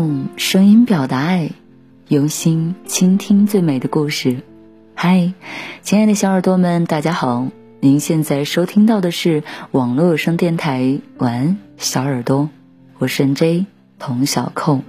用声音表达爱，用心倾听最美的故事。嗨，亲爱的小耳朵们，大家好，您现在收听到的是网络有声电台晚安小耳朵，我是 NJ 童小扣。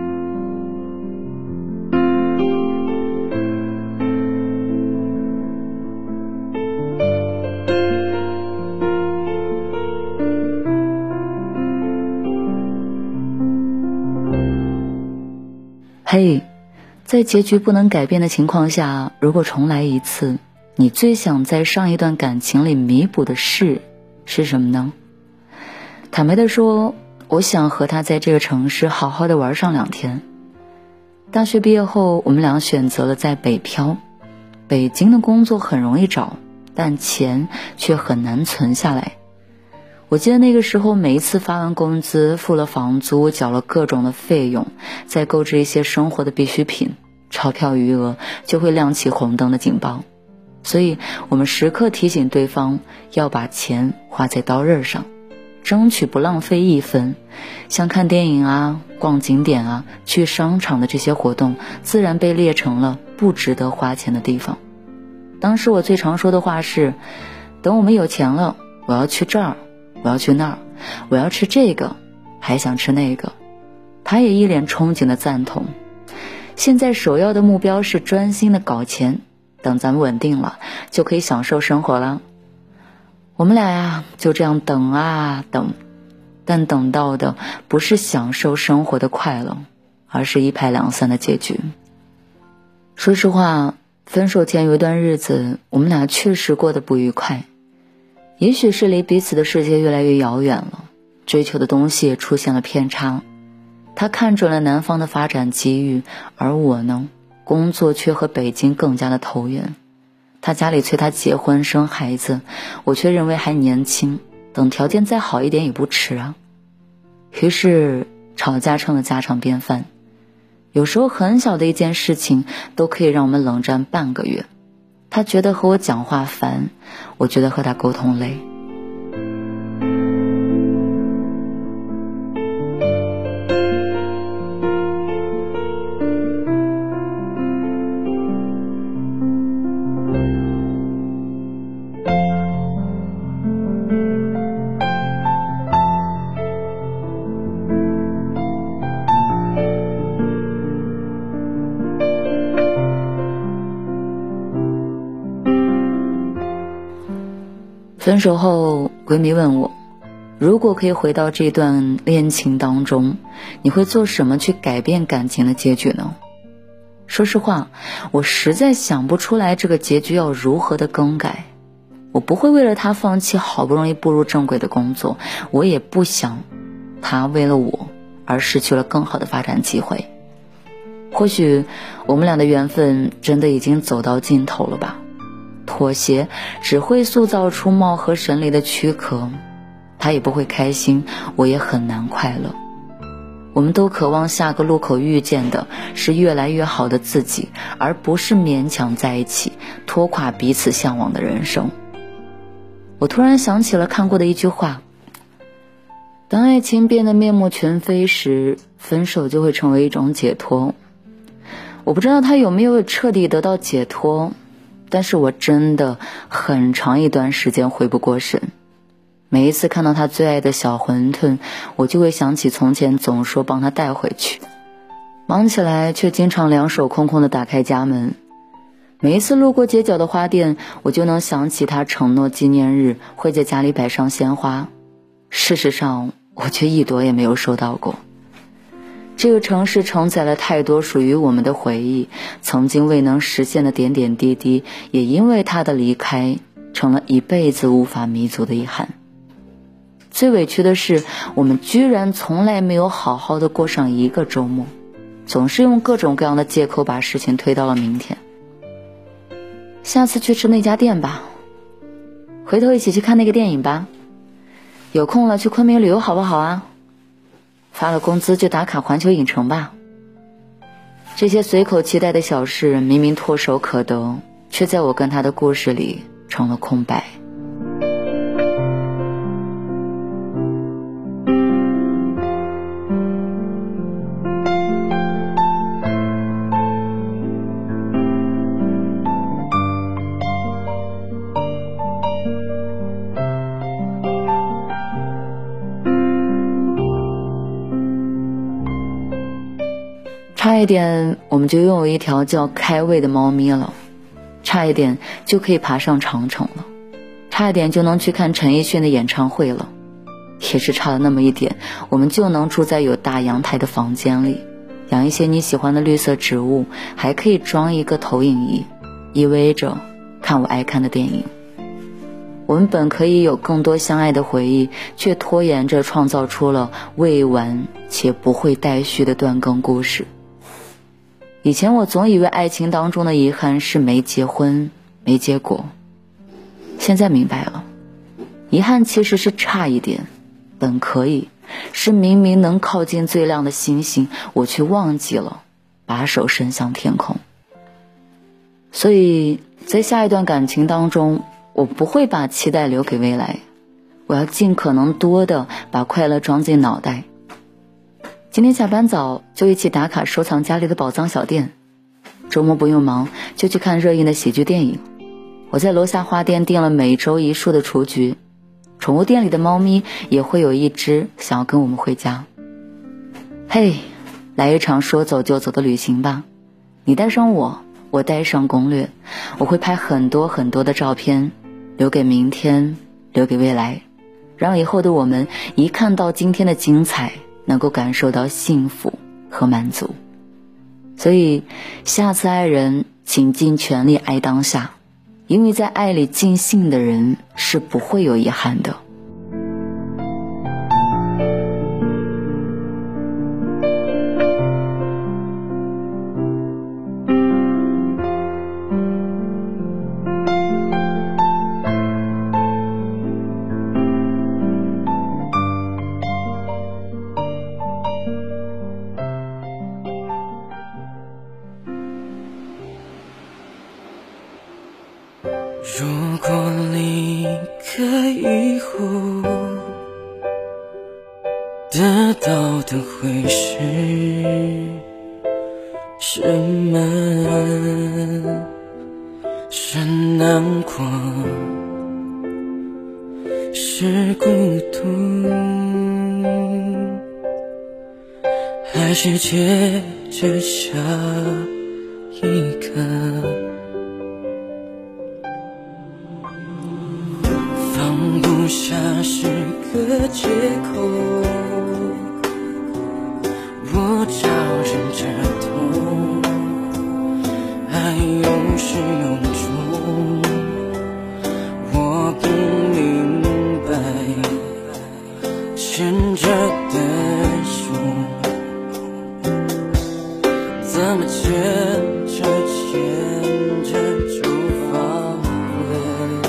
嘿，在结局不能改变的情况下，如果重来一次，你最想在上一段感情里弥补的事是什么呢？坦白地说，我想和他在这个城市好好的玩上2天。大学毕业后，我们俩选择了在北漂。北京的工作很容易找，但钱却很难存下来。我记得那个时候，每一次发完工资，付了房租，缴了各种的费用，再购置一些生活的必需品，钞票余额就会亮起红灯的警报。所以我们时刻提醒对方要把钱花在刀刃上，争取不浪费一分。像看电影啊、逛景点啊、去商场的这些活动，自然被列成了不值得花钱的地方。当时我最常说的话是，等我们有钱了，我要去这儿，我要去那儿，我要吃这个，还想吃那个。他也一脸憧憬的赞同。现在首要的目标是专心的搞钱，等咱们稳定了，就可以享受生活了。我们俩呀，就这样等啊等，但等到的不是享受生活的快乐，而是一拍两散的结局。说实话，分手前有一段日子，我们俩确实过得不愉快。也许是离彼此的世界越来越遥远了，追求的东西也出现了偏差。他看准了南方的发展机遇，而我呢，工作却和北京更加的投缘。他家里催他结婚生孩子，我却认为还年轻，等条件再好一点也不迟啊。于是吵架成了家常便饭，有时候很小的一件事情都可以让我们冷战半个月。他觉得和我讲话烦，我觉得和他沟通累。分手后，闺蜜问我，如果可以回到这段恋情当中，你会做什么去改变感情的结局呢？说实话，我实在想不出来这个结局要如何的更改。我不会为了他放弃好不容易步入正轨的工作，我也不想他为了我而失去了更好的发展机会。或许我们俩的缘分真的已经走到尽头了吧。妥协只会塑造出貌合神离的躯壳，他也不会开心，我也很难快乐。我们都渴望下个路口遇见的是越来越好的自己，而不是勉强在一起拖垮彼此向往的人生。我突然想起了看过的一句话，当爱情变得面目全非时，分手就会成为一种解脱。我不知道他有没有彻底得到解脱，但是我真的很长一段时间回不过神。每一次看到他最爱的小馄饨，我就会想起从前总说帮他带回去，忙起来却经常两手空空的打开家门。每一次路过街角的花店，我就能想起他承诺纪念日会在家里摆上鲜花，事实上我却一朵也没有收到过。这个城市承载了太多属于我们的回忆，曾经未能实现的点点滴滴，也因为他的离开成了一辈子无法弥足的遗憾。最委屈的是，我们居然从来没有好好的过上一个周末，总是用各种各样的借口把事情推到了明天。下次去吃那家店吧，回头一起去看那个电影吧，有空了去昆明旅游好不好啊？发了工资就打卡环球影城吧。这些随口期待的小事，明明唾手可得，却在我跟他的故事里成了空白。 差一点我们就拥有一条叫开胃的猫咪了，差一点就可以爬上长城了，差一点就能去看陈奕迅的演唱会了，也是差了那么一点，我们就能住在有大阳台的房间里，养一些你喜欢的绿色植物，还可以装一个投影仪，依偎着看我爱看的电影。我们本可以有更多相爱的回忆，却拖延着创造出了未完且不会待续的断更故事。以前我总以为爱情当中的遗憾是没结婚没结果，现在明白了，遗憾其实是差一点，本可以是明明能靠近最亮的星星，我却忘记了把手伸向天空。所以在下一段感情当中，我不会把期待留给未来，我要尽可能多的把快乐装进脑袋。今天下班早就一起打卡收藏家里的宝藏小店，周末不用忙就去看热映的喜剧电影。我在楼下花店订了每周一束的雏菊，宠物店里的猫咪也会有一只想要跟我们回家。嘿，来一场说走就走的旅行吧，你带上我带上攻略，我会拍很多很多的照片，留给明天，留给未来，让以后的我们一看到今天的精彩，能够感受到幸福和满足。所以下次爱人，请尽全力爱当下，因为在爱里尽兴的人是不会有遗憾的。 如果离开以后，得到的会是什么？是难过，是孤独，还是接着下一个？放不下是个借口，我招忍着痛，爱有始有终，我不明白牵着的手怎么牵着就放了。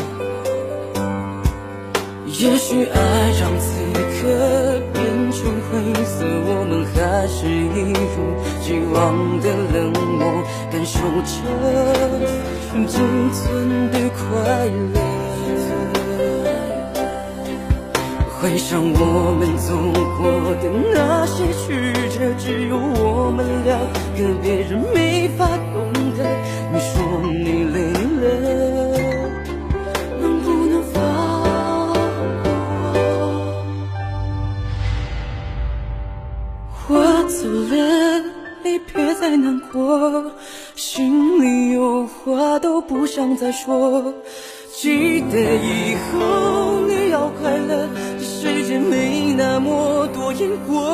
也许爱让此刻变成灰色，我们还是一如既往的冷漠，感受着仅存的快乐。回想我们走过的那些曲折，只有我们两个，别人没法懂得。你说你累了，能不能放过？我走了，你别再难过，心里有话都不想再说。记得以后你要快乐，这世界没那么多因果。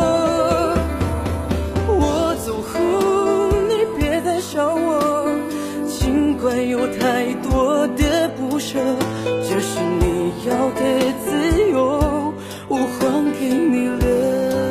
我走后你别再想我，尽管有太多的不舍，这是你要的自由，我还给你了。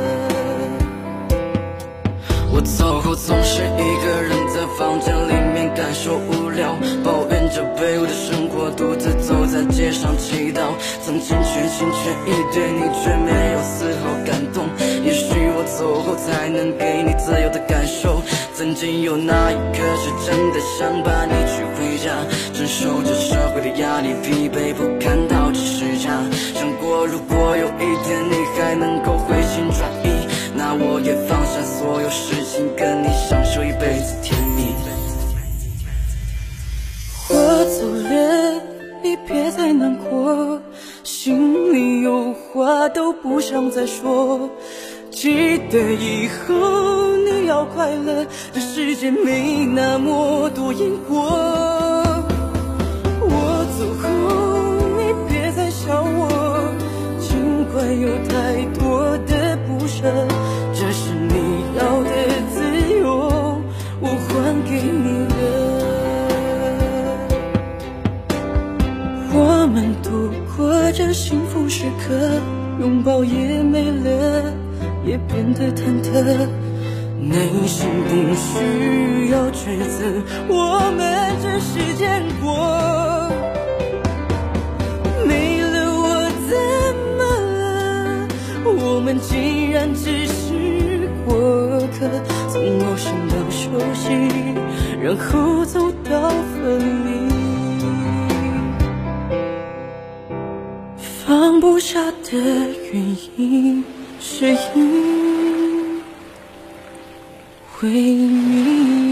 我走后总是一个人在房间里面感受无聊，抱怨着卑微的生活，独自走在街上祈祷。曾经全心全意对你，却没有丝毫感动。也许我走后才能给你自由的感受。曾经有那一刻是真的想把你娶回家，承受着社会的压力，疲惫不堪到这时差。想过如果有一天你还能够回心转意，那我也放下所有事情，跟你享受一辈子甜蜜。我走了，你别再难过，心里有话都不想再说。记得以后你要要快乐，这世界没那么多烟火。我走后你别再笑我，尽管有太多的不舍，这是你要的自由，我还给你的。我们度过这幸福时刻，拥抱也没了，也变得忐忑，内心不需要抉择，我们只是见过。没了我怎么了？我们既然只是过客，从陌生到熟悉，然后走到分离。放不下的原因是因为你。